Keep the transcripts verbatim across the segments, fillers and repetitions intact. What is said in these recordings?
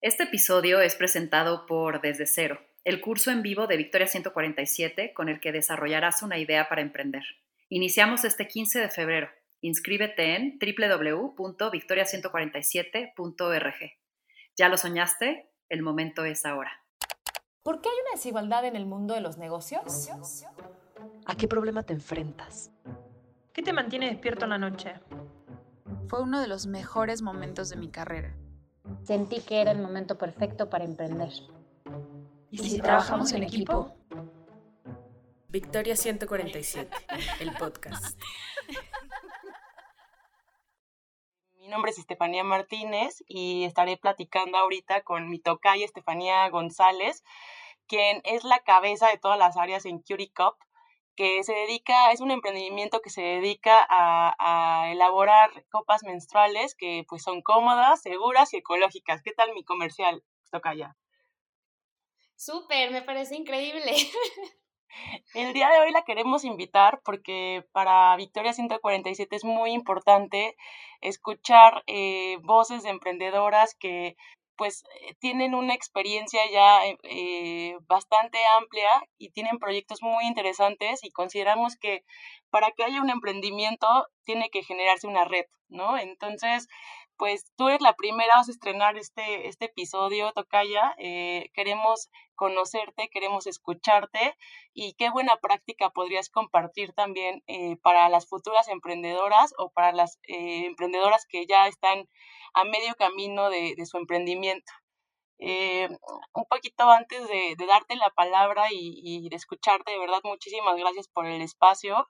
Este episodio es presentado por Desde Cero, el curso en vivo de Victoria ciento cuarenta y siete con el que desarrollarás una idea para emprender. Iniciamos este quince de febrero. Inscríbete en doble u doble u doble u punto victoria ciento cuarenta y siete punto org. ¿Ya lo soñaste? El momento es ahora. ¿Por qué hay una desigualdad en el mundo de los negocios? ¿A qué problema te enfrentas? ¿Qué te mantiene despierto en la noche? Fue uno de los mejores momentos de mi carrera. Sentí que era el momento perfecto para emprender. ¿Y si, si trabajamos, trabajamos en equipo? Victoria ciento cuarenta y siete, el podcast. Mi nombre es Estefanía Martínez y estaré platicando ahorita con mi tocaya Estefanía González, quien es la cabeza de todas las áreas en Cutie Cup, que se dedica, es un emprendimiento que se dedica a, a elaborar copas menstruales que pues son cómodas, seguras y ecológicas. ¿Qué tal mi comercial, tocaya? Súper, me parece increíble. El día de hoy la queremos invitar porque para Victoria ciento cuarenta y siete es muy importante escuchar eh, voces de emprendedoras que pues tienen una experiencia ya eh, bastante amplia y tienen proyectos muy interesantes y consideramos que para que haya un emprendimiento tiene que generarse una red, ¿no? Entonces, pues tú eres la primera, vas a estrenar este, este episodio, tocaya, eh, queremos conocerte, queremos escucharte y qué buena práctica podrías compartir también eh, para las futuras emprendedoras o para las eh, emprendedoras que ya están a medio camino de, de su emprendimiento. Eh, un poquito antes de, de darte la palabra y, y de escucharte, de verdad, muchísimas gracias por el espacio.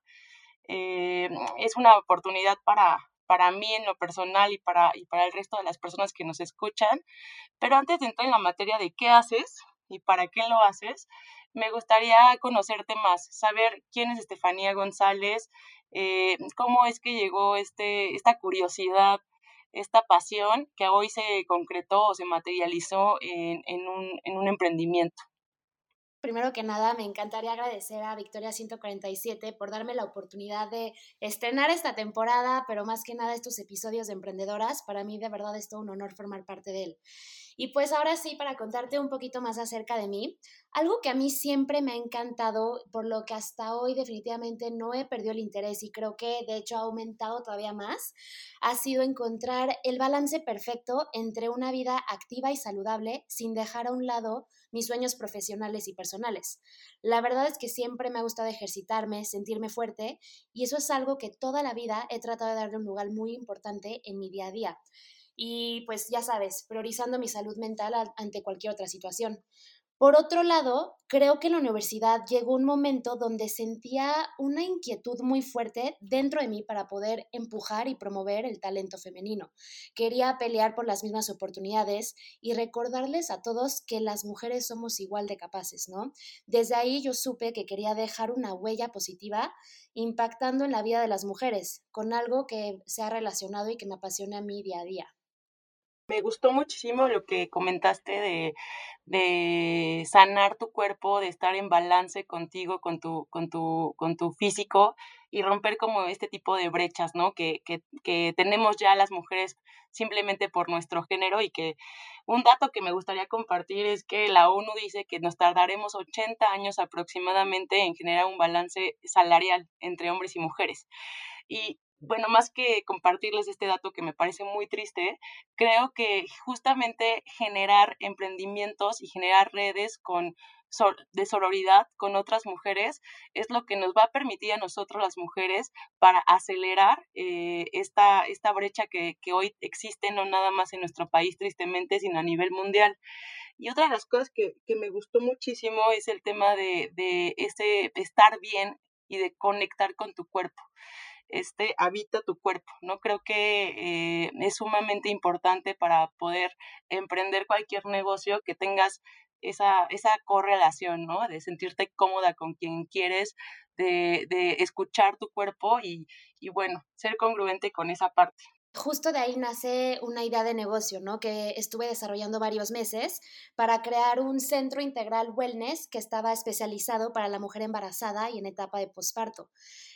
Eh, es una oportunidad para, para mí en lo personal y para, y para el resto de las personas que nos escuchan. Pero antes de entrar en la materia de qué haces y para qué lo haces, me gustaría conocerte más, saber quién es Estefanía González, eh, cómo es que llegó este, esta curiosidad, esta pasión que hoy se concretó o se materializó en, en, un, en un emprendimiento. Primero que nada, me encantaría agradecer a Victoria ciento cuarenta y siete por darme la oportunidad de estrenar esta temporada, pero más que nada estos episodios de emprendedoras. Para mí de verdad es todo un honor formar parte de él. Y pues ahora sí, para contarte un poquito más acerca de mí, algo que a mí siempre me ha encantado, por lo que hasta hoy definitivamente no he perdido el interés y creo que de hecho ha aumentado todavía más, ha sido encontrar el balance perfecto entre una vida activa y saludable sin dejar a un lado mis sueños profesionales y personales. La verdad es que siempre me ha gustado ejercitarme, sentirme fuerte y eso es algo que toda la vida he tratado de darle un lugar muy importante en mi día a día. Y pues ya sabes, priorizando mi salud mental ante cualquier otra situación. Por otro lado, creo que en la universidad llegó un momento donde sentía una inquietud muy fuerte dentro de mí para poder empujar y promover el talento femenino. Quería pelear por las mismas oportunidades y recordarles a todos que las mujeres somos igual de capaces, ¿no? Desde ahí yo supe que quería dejar una huella positiva impactando en la vida de las mujeres, con algo que se ha relacionado y que me apasiona a mí día a día. Me gustó muchísimo lo que comentaste de, de sanar tu cuerpo, de estar en balance contigo, con tu, con tu, con tu físico y romper como este tipo de brechas, ¿no? Que, que, que tenemos ya las mujeres simplemente por nuestro género y que un dato que me gustaría compartir es que la ONU dice que nos tardaremos ochenta años aproximadamente en generar un balance salarial entre hombres y mujeres. Y bueno, más que compartirles este dato que me parece muy triste, creo que justamente generar emprendimientos y generar redes con de sororidad con otras mujeres es lo que nos va a permitir a nosotros las mujeres para acelerar eh, esta, esta brecha que, que hoy existe no nada más en nuestro país tristemente, sino a nivel mundial. Y otra de las cosas que, que me gustó muchísimo es el tema de, de ese estar bien y de conectar con tu cuerpo. Este, habita tu cuerpo, ¿no? Creo que eh, es sumamente importante para poder emprender cualquier negocio que tengas esa, esa correlación, ¿no? De sentirte cómoda con quien quieres, de, de escuchar tu cuerpo y, y, bueno, ser congruente con esa parte. Justo de ahí nace una idea de negocio, ¿no? Que estuve desarrollando varios meses para crear un centro integral wellness que estaba especializado para la mujer embarazada y en etapa de posparto.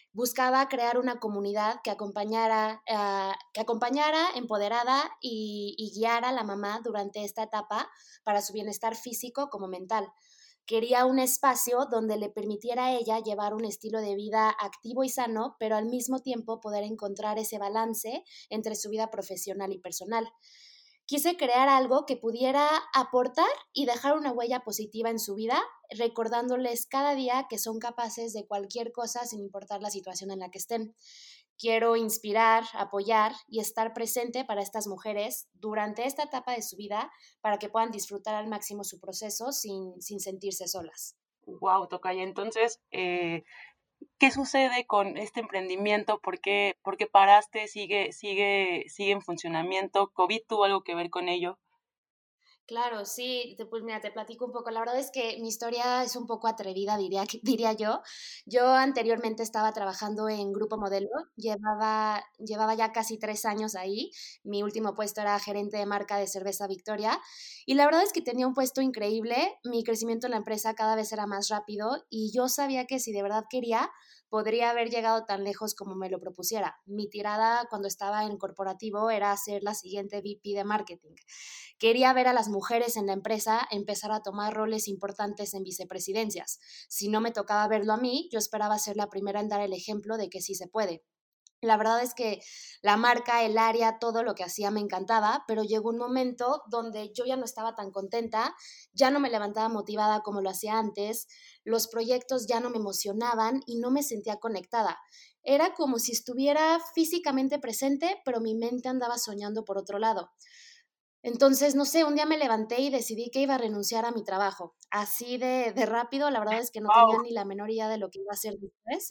Buscaba crear una comunidad que acompañara, uh, que acompañara empoderada y, y guiara a la mamá durante esta etapa para su bienestar físico como mental. Quería un espacio donde le permitiera a ella llevar un estilo de vida activo y sano, pero al mismo tiempo poder encontrar ese balance entre su vida profesional y personal. Quise crear algo que pudiera aportar y dejar una huella positiva en su vida, recordándoles cada día que son capaces de cualquier cosa sin importar la situación en la que estén. Quiero inspirar, apoyar y estar presente para estas mujeres durante esta etapa de su vida para que puedan disfrutar al máximo su proceso sin, sin sentirse solas. Wow, Tocaya. Entonces, eh, ¿qué sucede con este emprendimiento? ¿Por qué, por qué paraste? ¿Sigue, sigue, sigue en funcionamiento? ¿COVID tuvo algo que ver con ello? Claro, sí, te, pues mira, te platico un poco. La verdad es que mi historia es un poco atrevida, diría, diría yo. Yo anteriormente estaba trabajando en Grupo Modelo, llevaba, llevaba ya casi tres años ahí. Mi último puesto era gerente de marca de cerveza Victoria y la verdad es que tenía un puesto increíble. Mi crecimiento en la empresa cada vez era más rápido y yo sabía que si de verdad quería, podría haber llegado tan lejos como me lo propusiera. Mi tirada cuando estaba en corporativo era ser la siguiente V P de marketing. Quería ver a las mujeres en la empresa empezar a tomar roles importantes en vicepresidencias. Si no me tocaba verlo a mí, yo esperaba ser la primera en dar el ejemplo de que sí se puede. La verdad es que la marca, el área, todo lo que hacía me encantaba, pero llegó un momento donde yo ya no estaba tan contenta, ya no me levantaba motivada como lo hacía antes, los proyectos ya no me emocionaban y no me sentía conectada. Era como si estuviera físicamente presente, pero mi mente andaba soñando por otro lado. Entonces, no sé, un día me levanté y decidí que iba a renunciar a mi trabajo. Así de, de rápido, la verdad es que no Wow. tenía ni la menor idea de lo que iba a hacer después.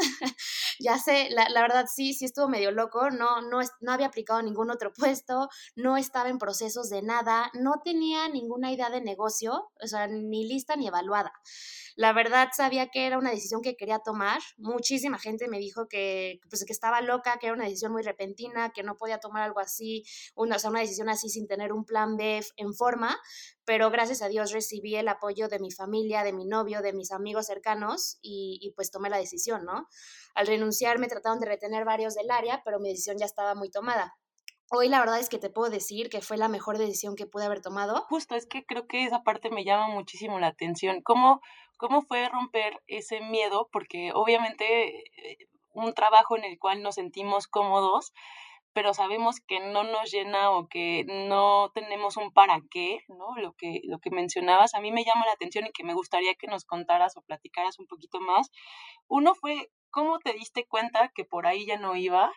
Ya sé, la, la verdad sí, sí estuvo medio loco, no, no, no había aplicado ningún otro puesto, no estaba en procesos de nada, no tenía ninguna idea de negocio, o sea, ni lista ni evaluada. La verdad sabía que era una decisión que quería tomar, muchísima gente me dijo que, pues, que estaba loca, que era una decisión muy repentina, que no podía tomar algo así, una, o sea, una decisión así sin tener un plan B en forma, pero gracias a Dios recibí el apoyo de mi familia, de mi novio, de mis amigos cercanos y, y pues tomé la decisión, ¿no? Al renunciar me trataron de retener varios del área, pero mi decisión ya estaba muy tomada. Hoy la verdad es que te puedo decir que fue la mejor decisión que pude haber tomado. Justo, es que creo que esa parte me llama muchísimo la atención. ¿Cómo, cómo fue romper ese miedo? Porque obviamente eh, un trabajo en el cual nos sentimos cómodos, pero sabemos que no nos llena o que no tenemos un para qué, ¿no? Lo que, lo que mencionabas, a mí me llama la atención y que me gustaría que nos contaras o platicaras un poquito más. Uno fue, ¿cómo te diste cuenta que por ahí ya no iba?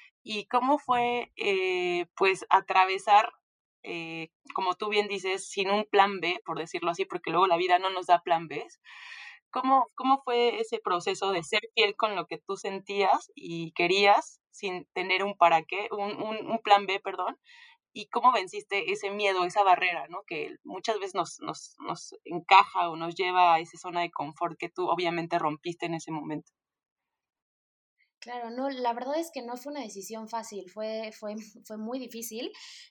Y cómo fue, eh, pues, atravesar, eh, como tú bien dices, sin un plan B, por decirlo así, porque luego la vida no nos da plan Bs. ¿Cómo, cómo fue ese proceso de ser fiel con lo que tú sentías y querías sin tener un para qué, un, un, un plan B, perdón? ¿Y cómo venciste ese miedo, esa barrera, ¿no? Que muchas veces nos, nos, nos encaja o nos lleva a esa zona de confort que tú obviamente rompiste en ese momento. Claro, no, la verdad es que no fue una decisión fácil, fue, fue, fue muy difícil,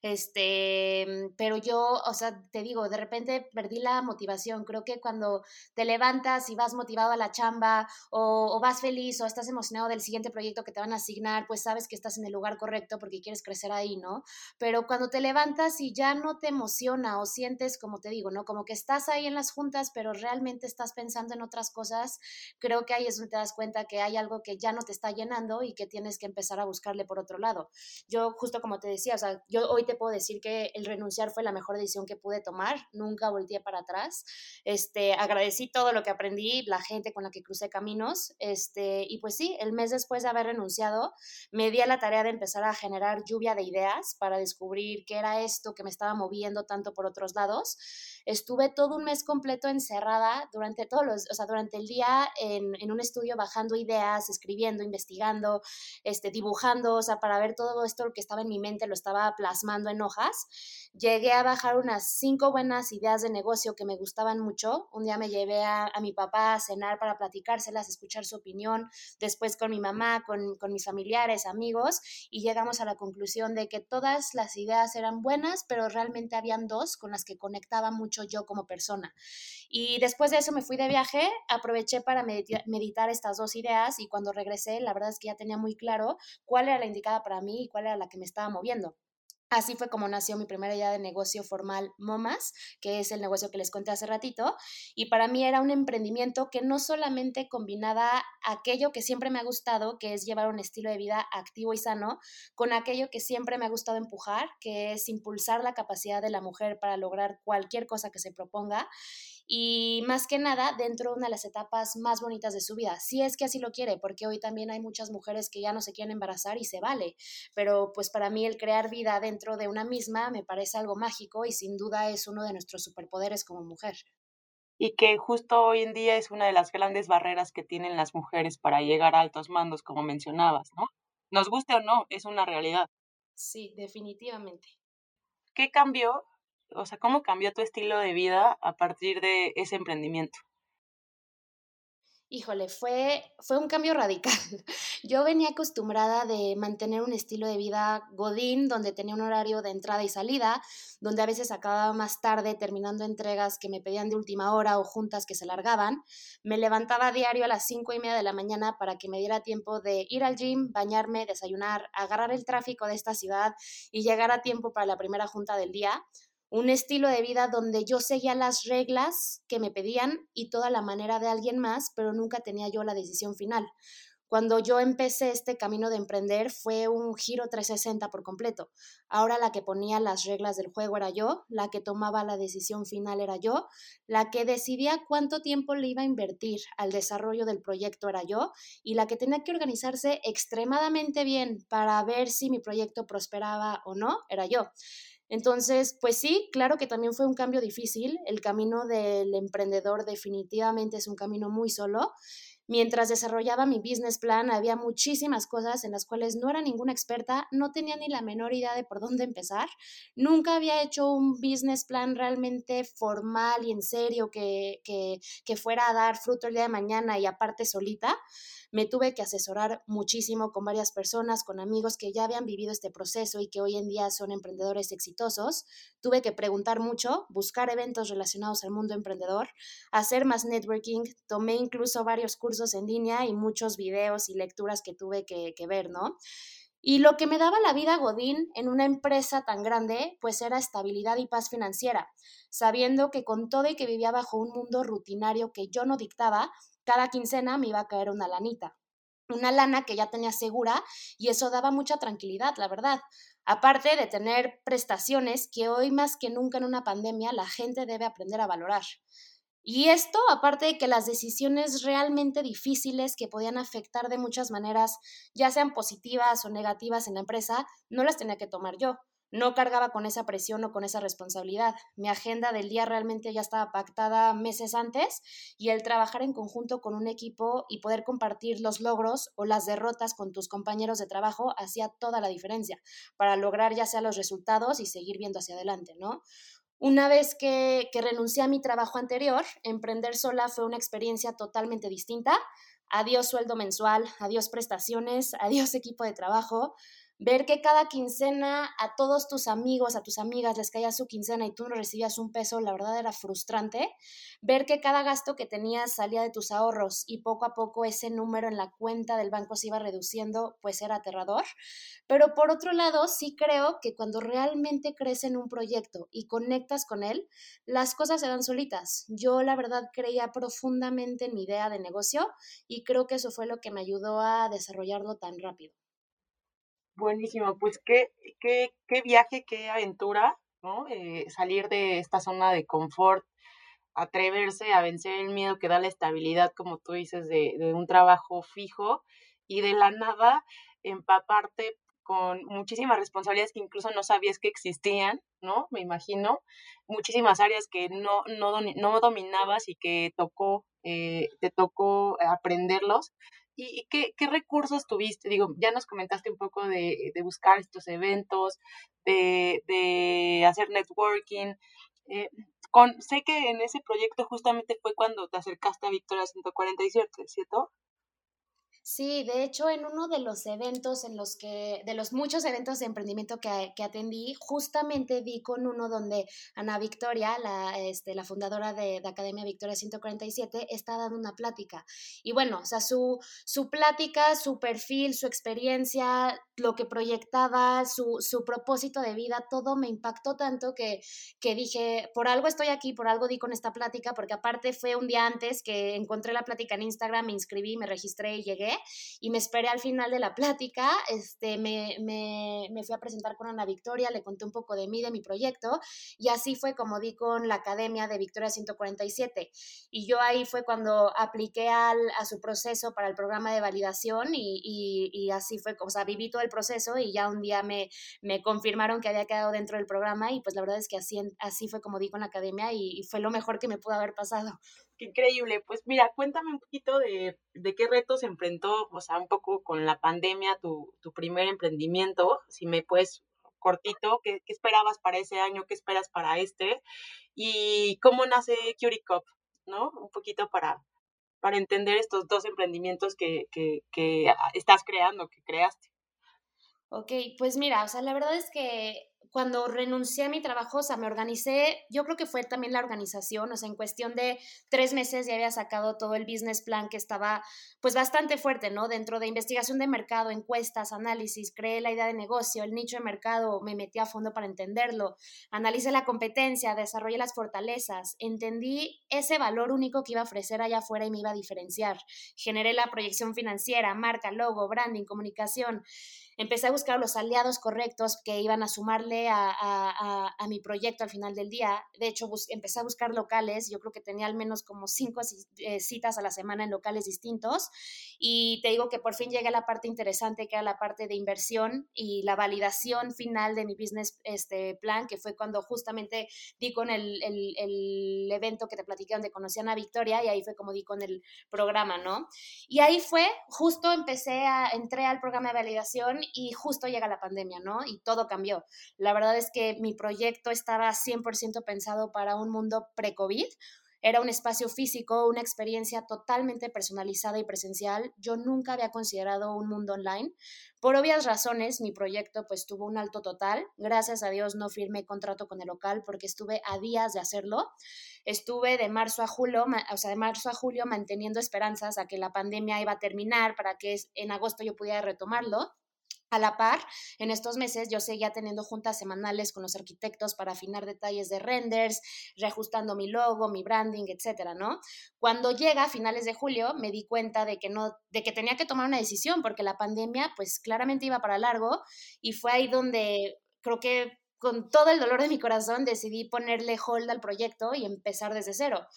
este, pero yo, o sea, te digo, de repente perdí la motivación, creo que cuando te levantas y vas motivado a la chamba o, o vas feliz o estás emocionado del siguiente proyecto que te van a asignar, pues sabes que estás en el lugar correcto porque quieres crecer ahí, ¿no? Pero cuando te levantas y ya no te emociona o sientes, como te digo, ¿no? Como que estás ahí en las juntas, pero realmente estás pensando en otras cosas, creo que ahí es donde te das cuenta que hay algo que ya no te está llenando y que tienes que empezar a buscarle por otro lado. Yo, justo como te decía, o sea, yo hoy te puedo decir que el renunciar fue la mejor decisión que pude tomar, nunca volteé para atrás, este, agradecí todo lo que aprendí, la gente con la que crucé caminos, este, y pues sí, el mes después de haber renunciado, me di a la tarea de empezar a generar lluvia de ideas para descubrir qué era esto que me estaba moviendo tanto por otros lados. Estuve todo un mes completo encerrada durante todos los, o sea, durante el día en, en un estudio bajando ideas, escribiendo, investigando, este, dibujando, o sea, para ver todo esto que estaba en mi mente, lo estaba plasmando en hojas. llegué a bajar unas cinco buenas ideas de negocio que me gustaban mucho. Un día me llevé a, a mi papá a cenar para platicárselas, escuchar su opinión, después con mi mamá, con, con mis familiares, amigos, y llegamos a la conclusión de que todas las ideas eran buenas, pero realmente habían dos con las que conectaba mucho yo como persona. Y después de eso me fui de viaje, aproveché para medita- meditar estas dos ideas y cuando regresé, la verdad es que ya tenía muy claro cuál era la indicada para mí y cuál era la que me estaba moviendo. Así fue como nació mi primera idea de negocio formal, Momas, que es el negocio que les conté hace ratito. Y para mí era un emprendimiento que no solamente combinaba aquello que siempre me ha gustado, que es llevar un estilo de vida activo y sano, con aquello que siempre me ha gustado empujar, que es impulsar la capacidad de la mujer para lograr cualquier cosa que se proponga. Y más que nada dentro de una de las etapas más bonitas de su vida, si es que así lo quiere, porque hoy también hay muchas mujeres que ya no se quieren embarazar y se vale, pero pues para mí el crear vida dentro de una misma me parece algo mágico y sin duda es uno de nuestros superpoderes como mujer. Y que justo hoy en día es una de las grandes barreras que tienen las mujeres para llegar a altos mandos, como mencionabas, ¿no? Nos guste o no, es una realidad. Sí, definitivamente. ¿Qué cambió? O sea, ¿cómo cambió tu estilo de vida a partir de ese emprendimiento? Híjole, fue, fue un cambio radical. Yo venía acostumbrada de mantener un estilo de vida godín, donde tenía un horario de entrada y salida, donde a veces acababa más tarde terminando entregas que me pedían de última hora o juntas que se largaban. Me levantaba a diario a las cinco y media de la mañana para que me diera tiempo de ir al gym, bañarme, desayunar, agarrar el tráfico de esta ciudad y llegar a tiempo para la primera junta del día. Un estilo de vida donde yo seguía las reglas que me pedían y toda la manera de alguien más, pero nunca tenía yo la decisión final. Cuando yo empecé este camino de emprender fue un giro trescientos sesenta por completo. Ahora la que ponía las reglas del juego era yo, la que tomaba la decisión final era yo, la que decidía cuánto tiempo le iba a invertir al desarrollo del proyecto era yo y la que tenía que organizarse extremadamente bien para ver si mi proyecto prosperaba o no era yo. Entonces, pues sí, claro que también fue un cambio difícil. El camino del emprendedor definitivamente es un camino muy solo. Mientras desarrollaba mi business plan, había muchísimas cosas en las cuales no era ninguna experta, no tenía ni la menor idea de por dónde empezar. Nunca había hecho un business plan realmente formal y en serio que, que, que fuera a dar fruto el día de mañana y aparte solita. Me tuve que asesorar muchísimo con varias personas, con amigos que ya habían vivido este proceso y que hoy en día son emprendedores exitosos. Tuve que preguntar mucho, buscar eventos relacionados al mundo emprendedor, hacer más networking. Tomé incluso varios cursos en línea y muchos videos y lecturas que tuve que, que ver, ¿no? Y lo que me daba la vida Godín en una empresa tan grande, pues era estabilidad y paz financiera, sabiendo que con todo y que vivía bajo un mundo rutinario que yo no dictaba, cada quincena me iba a caer una lanita, una lana que ya tenía segura y eso daba mucha tranquilidad, la verdad. Aparte de tener prestaciones que hoy más que nunca en una pandemia la gente debe aprender a valorar. Y esto, aparte de que las decisiones realmente difíciles que podían afectar de muchas maneras, ya sean positivas o negativas en la empresa, no las tenía que tomar yo. No cargaba con esa presión o con esa responsabilidad. Mi agenda del día realmente ya estaba pactada meses antes y el trabajar en conjunto con un equipo y poder compartir los logros o las derrotas con tus compañeros de trabajo hacía toda la diferencia para lograr ya sea los resultados y seguir viendo hacia adelante, ¿no? Una vez que, que renuncié a mi trabajo anterior, emprender sola fue una experiencia totalmente distinta. Adiós sueldo mensual, adiós prestaciones, adiós equipo de trabajo. Ver que cada quincena a todos tus amigos, a tus amigas les caía su quincena y tú no recibías un peso, la verdad era frustrante. Ver que cada gasto que tenías salía de tus ahorros y poco a poco ese número en la cuenta del banco se iba reduciendo, pues era aterrador. Pero por otro lado, sí creo que cuando realmente crees en un proyecto y conectas con él, las cosas se dan solitas. Yo la verdad creía profundamente en mi idea de negocio y creo que eso fue lo que me ayudó a desarrollarlo tan rápido. Buenísimo, pues qué, qué, qué viaje, qué aventura, ¿no? Eh, salir de esta zona de confort, atreverse a vencer el miedo que da la estabilidad, como tú dices, de, de un trabajo fijo y de la nada empaparte con muchísimas responsabilidades que incluso no sabías que existían, ¿no? Me imagino, muchísimas áreas que no, no, no dominabas y que tocó, eh, te tocó aprenderlos. ¿Y, y qué, qué recursos tuviste? Digo, ya nos comentaste un poco de, de buscar estos eventos, de, de hacer networking. Eh, con, sé que en ese proyecto justamente fue cuando te acercaste a Victoria ciento cuarenta y siete, ¿cierto? Sí, de hecho, en uno de los eventos en los que, de los muchos eventos de emprendimiento que, que atendí, justamente di con uno donde Ana Victoria, la, este, la fundadora de, de Academia Victoria ciento cuarenta y siete, está dando una plática. Y bueno, o sea, su, su plática, su perfil, su experiencia, lo que proyectaba, su, su propósito de vida, todo me impactó tanto que, que dije, por algo estoy aquí, por algo di con esta plática, porque aparte fue un día antes que encontré la plática en Instagram, me inscribí, me registré y llegué. Y me esperé al final de la plática, este, me, me, me fui a presentar con Ana Victoria, le conté un poco de mí, de mi proyecto, y así fue como di con la Academia de Victoria ciento cuarenta y siete. Y yo ahí fue cuando apliqué al, a su proceso para el programa de validación y, y, y así fue, o sea, viví todo el proceso y ya un día me, me confirmaron que había quedado dentro del programa y pues la verdad es que así, así fue como di con la Academia y, y fue lo mejor que me pudo haber pasado. Qué increíble. Pues mira, cuéntame un poquito de, de qué retos se enfrentó, o sea, un poco con la pandemia, tu, tu primer emprendimiento, si me puedes cortito, ¿qué, qué esperabas para ese año, qué esperas para este? Y cómo nace Cutie Cup, ¿no? Un poquito para, para entender estos dos emprendimientos que, que, que estás creando, que creaste. Ok, pues mira, o sea, la verdad es que cuando renuncié a mi trabajo, o sea, me organicé, yo creo que fue también la organización, o sea, en cuestión de tres meses ya había sacado todo el business plan que estaba pues bastante fuerte, ¿no? Dentro de investigación de mercado, encuestas, análisis, creé la idea de negocio, el nicho de mercado, me metí a fondo para entenderlo, analicé la competencia, desarrollé las fortalezas, entendí ese valor único que iba a ofrecer allá afuera y me iba a diferenciar, generé la proyección financiera, marca, logo, branding, comunicación. Empecé a buscar los aliados correctos que iban a sumarle a, a, a, a mi proyecto al final del día. De hecho, bus, empecé a buscar locales. Yo creo que tenía al menos como cinco eh, citas a la semana en locales distintos. Y te digo que por fin llegué a la parte interesante, que era la parte de inversión y la validación final de mi business este, plan, que fue cuando justamente di con el, el, el evento que te platiqué donde conocí a Ana Victoria y ahí fue como di con el programa, ¿no? Y ahí fue, justo empecé a, entré al programa de validación y justo llega la pandemia, ¿no? Y todo cambió. La verdad es que mi proyecto estaba cien por ciento pensado para un mundo pre-COVID. Era un espacio físico, una experiencia totalmente personalizada y presencial. Yo nunca había considerado un mundo online. Por obvias razones, mi proyecto pues tuvo un alto total. Gracias a Dios no firmé contrato con el local porque estuve a días de hacerlo. Estuve de marzo a julio, o sea, de marzo a julio manteniendo esperanzas a que la pandemia iba a terminar para que en agosto yo pudiera retomarlo. A la par, en estos meses yo seguía teniendo juntas semanales con los arquitectos para afinar detalles de renders, reajustando mi logo, mi branding, etcétera, ¿no? Cuando llega a finales de julio me di cuenta de que no, de que tenía que tomar una decisión porque la pandemia pues claramente iba para largo y fue ahí donde creo que con todo el dolor de mi corazón decidí ponerle hold al proyecto y empezar desde cero.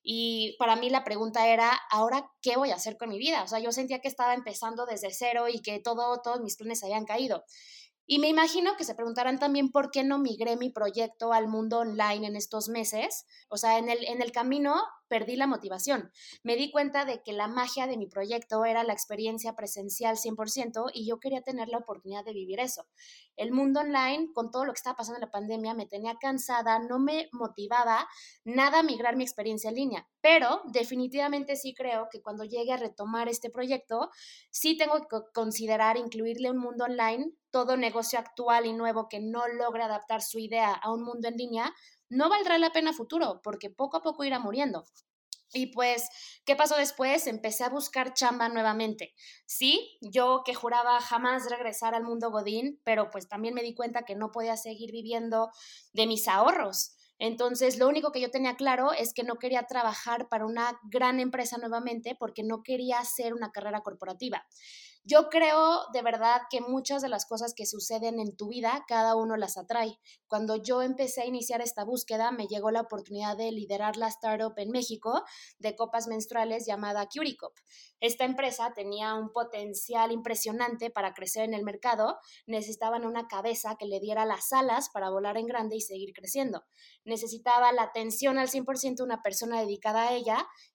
Y para mí la pregunta era, ¿ahora qué voy a hacer con mi vida? O sea, yo sentía que estaba empezando desde cero y que todo, todos mis planes habían caído. Y me imagino que se preguntarán también por qué no migré mi proyecto al mundo online en estos meses. O sea, en el, en el camino perdí la motivación. Me di cuenta de que la magia de mi proyecto era la experiencia presencial cien por ciento y yo quería tener la oportunidad de vivir eso. El mundo online, con todo lo que estaba pasando en la pandemia, me tenía cansada, no me motivaba nada a migrar mi experiencia en línea. Pero definitivamente sí creo que cuando llegue a retomar este proyecto, sí tengo que considerar incluirle un mundo online. Todo negocio actual y nuevo que no logra adaptar su idea a un mundo en línea, no valdrá la pena a futuro, porque poco a poco irá muriendo. Y pues, ¿qué pasó después? Empecé a buscar chamba nuevamente. Sí, yo que juraba jamás regresar al mundo godín, pero pues también me di cuenta que no podía seguir viviendo de mis ahorros. Entonces, lo único que yo tenía claro es que no quería trabajar para una gran empresa nuevamente porque no quería hacer una carrera corporativa. Yo creo de verdad que muchas de las cosas que suceden en tu vida, cada uno las atrae. Cuando yo empecé a iniciar esta búsqueda, me llegó la oportunidad de liderar la startup en México de copas menstruales llamada Cutie Cup. Esta empresa tenía un potencial impresionante para crecer en el mercado. Necesitaban una cabeza que le diera las alas para volar en grande y seguir creciendo. Necesitaba la atención al cien por ciento de una persona dedicada a ella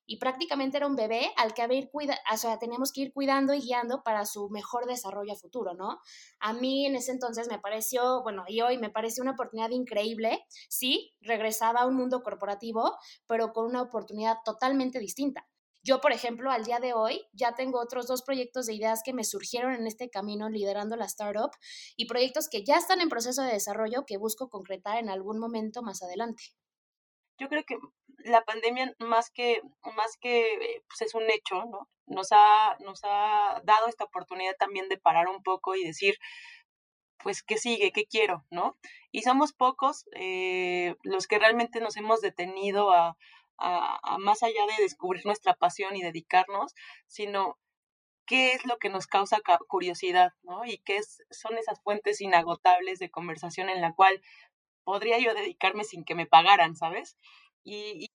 y prácticamente era un bebé al que haber cuida, o sea, teníamos que ir cuidando y guiando para su mejor desarrollo a futuro, ¿no? A mí en ese entonces me pareció, bueno, y hoy me pareció una oportunidad increíble. Sí, regresaba a un mundo corporativo, pero con una oportunidad totalmente distinta. Yo, por ejemplo, al día de hoy ya tengo otros dos proyectos de ideas que me surgieron en este camino liderando la startup y proyectos que ya están en proceso de desarrollo que busco concretar en algún momento más adelante. Yo creo que la pandemia más que, más que pues es un hecho, ¿no? Nos ha, nos ha dado esta oportunidad también de parar un poco y decir, pues, ¿qué sigue? ¿Qué quiero? ¿No? Y somos pocos eh, los que realmente nos hemos detenido a, a, a más allá de descubrir nuestra pasión y dedicarnos, sino qué es lo que nos causa curiosidad, ¿no? Y qué es, son esas fuentes inagotables de conversación en la cual podría yo dedicarme sin que me pagaran, ¿sabes? Y, y,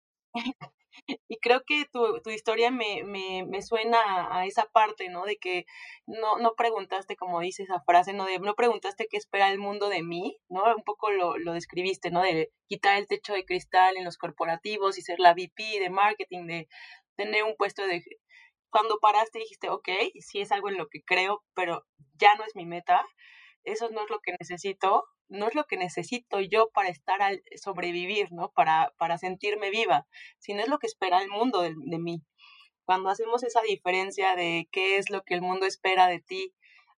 y creo que tu, tu historia me, me, me suena a, a esa parte, ¿no? De que no, no preguntaste, como dice esa frase, ¿no? De, no preguntaste qué espera el mundo de mí, ¿no? Un poco lo, lo describiste, ¿no? De quitar el techo de cristal en los corporativos y ser la V P de marketing, de tener un puesto de... Cuando paraste dijiste, ok, sí es algo en lo que creo, pero ya no es mi meta, eso no es lo que necesito, no es lo que necesito yo para estar al sobrevivir, ¿no? Para, para sentirme viva, sino es lo que espera el mundo de, de mí. Cuando hacemos esa diferencia de qué es lo que el mundo espera de ti,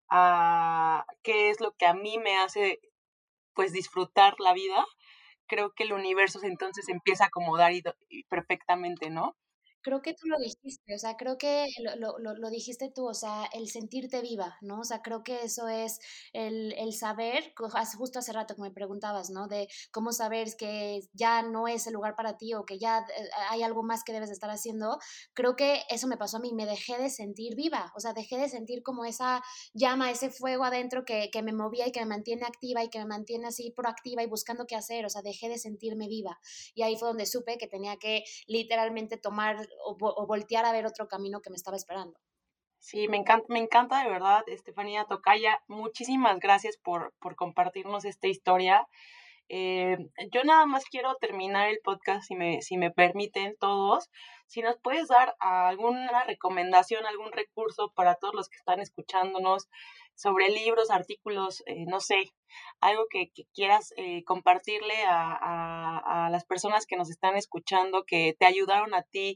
a qué es lo que a mí me hace, pues, disfrutar la vida, creo que el universo entonces empieza a acomodar y, y perfectamente, ¿no? Creo que tú lo dijiste, o sea, creo que lo, lo, lo dijiste tú, o sea, el sentirte viva, ¿no? O sea, creo que eso es el, el saber, justo hace rato que me preguntabas, ¿no? De cómo saber que ya no es el lugar para ti o que ya hay algo más que debes estar haciendo. Creo que eso me pasó a mí, me dejé de sentir viva, o sea, dejé de sentir como esa llama, ese fuego adentro que, que me movía y que me mantiene activa y que me mantiene así proactiva y buscando qué hacer, o sea, dejé de sentirme viva. Y ahí fue donde supe que tenía que literalmente tomar O, o voltear a ver otro camino que me estaba esperando. Sí, me encanta, me encanta de verdad, Estefanía Tocaya. Muchísimas gracias por, por compartirnos esta historia. Eh, yo nada más quiero terminar el podcast, si me, si me permiten todos. Si nos puedes dar alguna recomendación, algún recurso para todos los que están escuchándonos sobre libros, artículos, eh, no sé, algo que, que quieras eh, compartirle a, a, a las personas que nos están escuchando, que te ayudaron a ti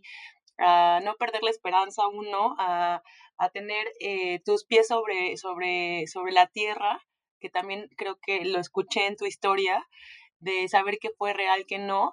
a no perder la esperanza, uno, a, a tener eh, tus pies sobre, sobre, sobre la tierra, que también creo que lo escuché en tu historia, de saber qué fue real, qué no,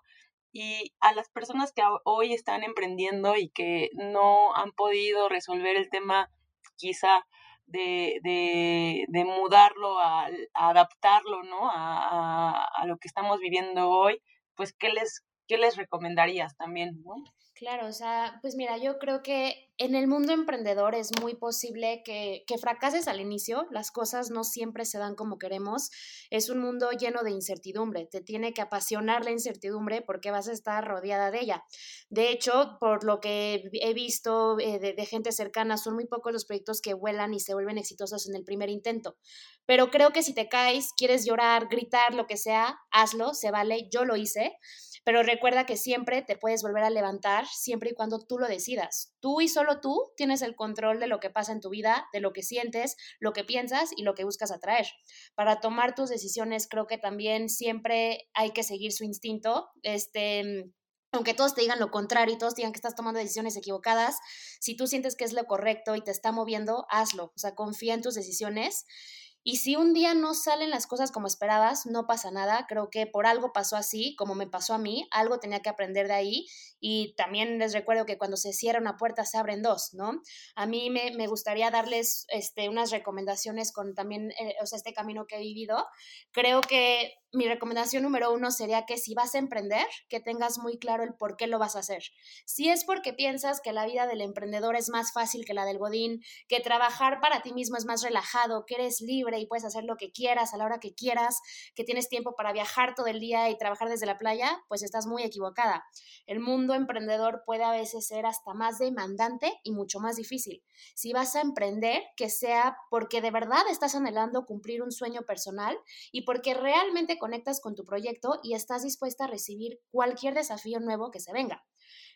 y a las personas que hoy están emprendiendo y que no han podido resolver el tema quizá de, de, de mudarlo, a, a adaptarlo, ¿no? A, a, a lo que estamos viviendo hoy, pues ¿qué les, qué les recomendarías también, ¿no? Claro, o sea, pues mira, yo creo que en el mundo emprendedor es muy posible que, que fracases al inicio, las cosas no siempre se dan como queremos, es un mundo lleno de incertidumbre, te tiene que apasionar la incertidumbre porque vas a estar rodeada de ella. De hecho, por lo que he visto eh, de, de gente cercana, son muy pocos los proyectos que vuelan y se vuelven exitosos en el primer intento, pero creo que si te caes, quieres llorar, gritar, lo que sea, hazlo, se vale, yo lo hice. Pero recuerda que siempre te puedes volver a levantar siempre y cuando tú lo decidas. Tú y solo tú tienes el control de lo que pasa en tu vida, de lo que sientes, lo que piensas y lo que buscas atraer. Para tomar tus decisiones creo que también siempre hay que seguir su instinto. Este, aunque todos te digan lo contrario y todos te digan que estás tomando decisiones equivocadas, si tú sientes que es lo correcto y te está moviendo, hazlo. O sea, confía en tus decisiones. Y si un día no salen las cosas como esperabas, no pasa nada. Creo que por algo pasó así, como me pasó a mí, algo tenía que aprender de ahí. Y también les recuerdo que cuando se cierra una puerta se abren dos, ¿no? A mí me, me gustaría darles este, unas recomendaciones con también, eh, o sea, este camino que he vivido. Creo que mi recomendación número uno sería que si vas a emprender, que tengas muy claro el por qué lo vas a hacer. Si es porque piensas que la vida del emprendedor es más fácil que la del godín, que trabajar para ti mismo es más relajado, que eres libre y puedes hacer lo que quieras a la hora que quieras, que tienes tiempo para viajar todo el día y trabajar desde la playa, pues estás muy equivocada. El mundo emprendedor puede a veces ser hasta más demandante y mucho más difícil. Si vas a emprender, que sea porque de verdad estás anhelando cumplir un sueño personal y porque realmente conectas con tu proyecto y estás dispuesta a recibir cualquier desafío nuevo que se venga.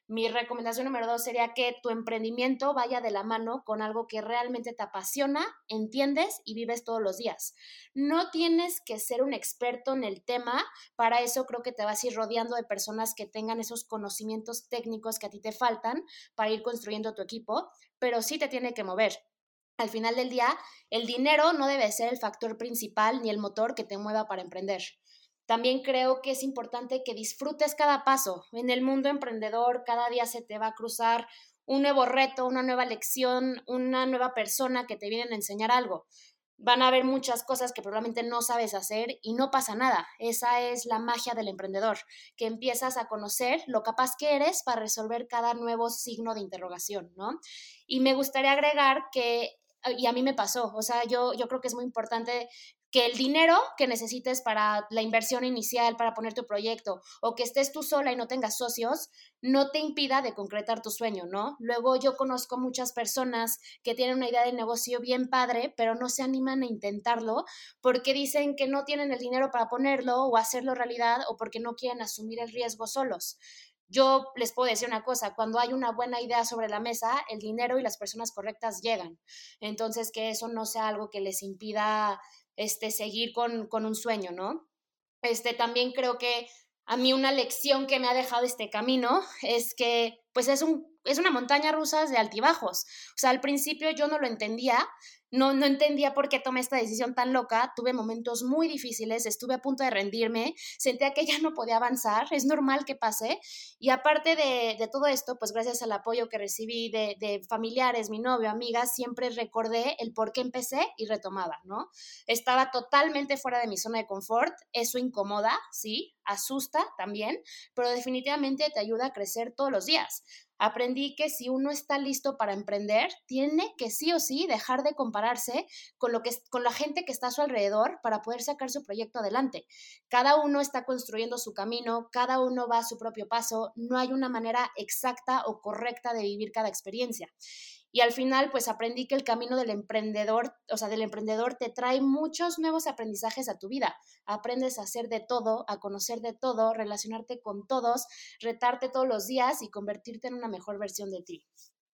Mi recomendación número dos sería que tu emprendimiento vaya de la mano con algo que realmente te apasiona, entiendes y vives todos los días. No tienes que ser un experto en el tema, para eso creo que te vas a ir rodeando de personas que tengan esos conocimientos técnicos que a ti te faltan para ir construyendo tu equipo, pero sí te tiene que mover. Al final del día, el dinero no debe ser el factor principal ni el motor que te mueva para emprender. También creo que es importante que disfrutes cada paso. En el mundo emprendedor, cada día se te va a cruzar un nuevo reto, una nueva lección, una nueva persona que te vienen a enseñar algo. Van a haber muchas cosas que probablemente no sabes hacer y no pasa nada. Esa es la magia del emprendedor, que empiezas a conocer lo capaz que eres para resolver cada nuevo signo de interrogación, ¿no? Y me gustaría agregar que, y a mí me pasó, o sea, yo, yo creo que es muy importante que el dinero que necesites para la inversión inicial, para poner tu proyecto, o que estés tú sola y no tengas socios, no te impida de concretar tu sueño, ¿no? Luego yo conozco muchas personas que tienen una idea de negocio bien padre, pero no se animan a intentarlo porque dicen que no tienen el dinero para ponerlo o hacerlo realidad, o porque no quieren asumir el riesgo solos. Yo les puedo decir una cosa, cuando hay una buena idea sobre la mesa, el dinero y las personas correctas llegan. Entonces, que eso no sea algo que les impida este, seguir con, con un sueño, ¿no? Este, también creo que a mí una lección que me ha dejado este camino es que pues es, un, es una montaña rusa de altibajos. O sea, al principio yo no lo entendía, no, no entendía por qué tomé esta decisión tan loca, tuve momentos muy difíciles, estuve a punto de rendirme, sentía que ya no podía avanzar, es normal que pase, y aparte de, de todo esto, pues gracias al apoyo que recibí de, de familiares, mi novio, amigas, siempre recordé el por qué empecé y retomaba, ¿no? Estaba totalmente fuera de mi zona de confort, eso incomoda, sí, asusta también, pero definitivamente te ayuda a crecer todos los días. Aprendí que si uno está listo para emprender, tiene que sí o sí dejar de compararse con, lo que, con la gente que está a su alrededor para poder sacar su proyecto adelante. Cada uno está construyendo su camino, cada uno va a su propio paso, no hay una manera exacta o correcta de vivir cada experiencia. Y al final, pues aprendí que el camino del emprendedor, o sea, del emprendedor te trae muchos nuevos aprendizajes a tu vida. Aprendes a hacer de todo, a conocer de todo, relacionarte con todos, retarte todos los días y convertirte en una mejor versión de ti.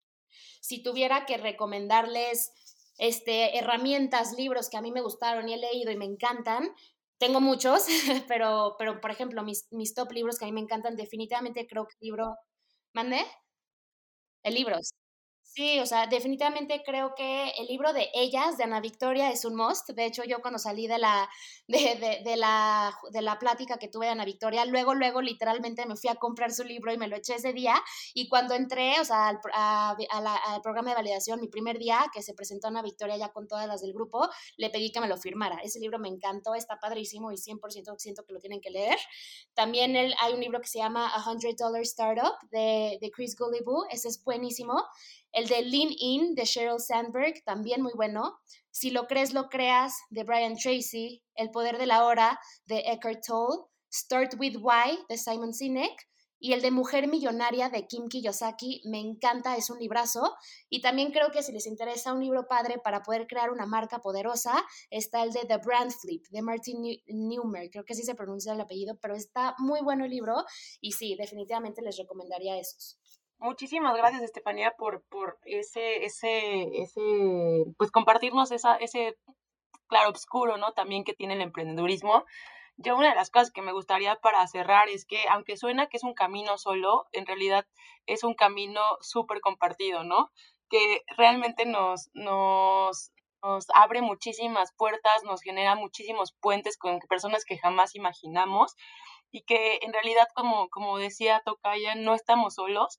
Si tuviera que recomendarles este, herramientas, libros que a mí me gustaron y he leído y me encantan, tengo muchos, pero, pero por ejemplo, mis, mis top libros que a mí me encantan, definitivamente creo que el libro... ¿Mandé? El libro. Sí, o sea, definitivamente creo que el libro de Ellas, de Ana Victoria, es un must. De hecho, yo cuando salí de la, de, de, de la, de la plática que tuve de Ana Victoria, luego, luego, literalmente me fui a comprar su libro y me lo eché ese día. Y cuando entré, o sea, al, a, a la, al programa de validación, mi primer día, que se presentó Ana Victoria ya con todas las del grupo, le pedí que me lo firmara. Ese libro me encantó, está padrísimo y cien por ciento siento que lo tienen que leer. También el, hay un libro que se llama A Hundred Dollar Startup de, de Chris Guillebeau, ese es buenísimo. El de Lean In, de Sheryl Sandberg, también muy bueno. Si lo crees, lo creas, de Brian Tracy. El poder de la hora, de Eckhart Tolle. Start with Why, de Simon Sinek. Y el de Mujer Millonaria, de Kim Kiyosaki, me encanta, es un librazo. Y también creo que si les interesa un libro padre para poder crear una marca poderosa, está el de The Brand Flip, de Martin Neumer, creo que así se pronuncia el apellido, pero está muy bueno el libro. Y sí, definitivamente les recomendaría esos. Muchísimas gracias, Estefanía, por, por ese, ese, ese, pues compartirnos esa, ese claro oscuro, ¿no? También que tiene el emprendedurismo. Yo una de las cosas que me gustaría para cerrar es que, aunque suena que es un camino solo, en realidad es un camino súper compartido, ¿no? Que realmente nos, nos, nos abre muchísimas puertas, nos genera muchísimos puentes con personas que jamás imaginamos, y que en realidad, como, como decía Tocaya, no estamos solos,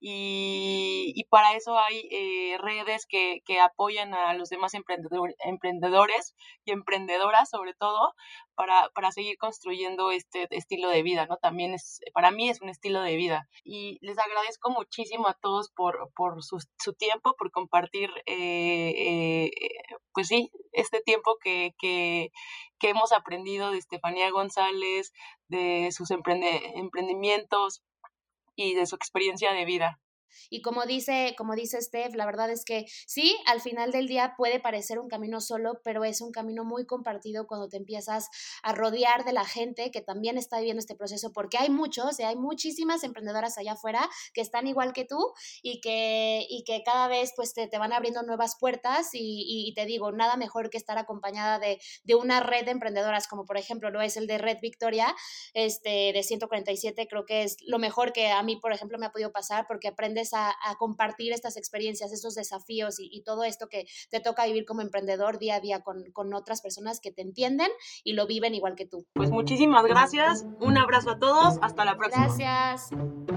y, y para eso hay eh, redes que, que apoyan a los demás emprendedor, emprendedores y emprendedoras, sobre todo, para, para seguir construyendo este estilo de vida, ¿no? También es, para mí es un estilo de vida. Y les agradezco muchísimo a todos por, por su, su tiempo, por compartir, eh, eh, pues sí, este tiempo que, que, que hemos aprendido de Estefanía González, de sus emprende, emprendimientos y de su experiencia de vida. Y como dice, como dice Steph, la verdad es que sí, al final del día puede parecer un camino solo, pero es un camino muy compartido cuando te empiezas a rodear de la gente que también está viviendo este proceso, porque hay muchos, y hay muchísimas emprendedoras allá afuera que están igual que tú y que, y que cada vez pues te, te van abriendo nuevas puertas y, y, y te digo, nada mejor que estar acompañada de, de una red de emprendedoras, como por ejemplo lo es el de Red Victoria, este, de ciento cuarenta y siete. Creo que es lo mejor que a mí, por ejemplo, me ha podido pasar, porque aprendes a, a compartir estas experiencias, estos desafíos y, y todo esto que te toca vivir como emprendedor día a día con, con otras personas que te entienden y lo viven igual que tú. Pues muchísimas gracias, un abrazo a todos, hasta la próxima. Gracias.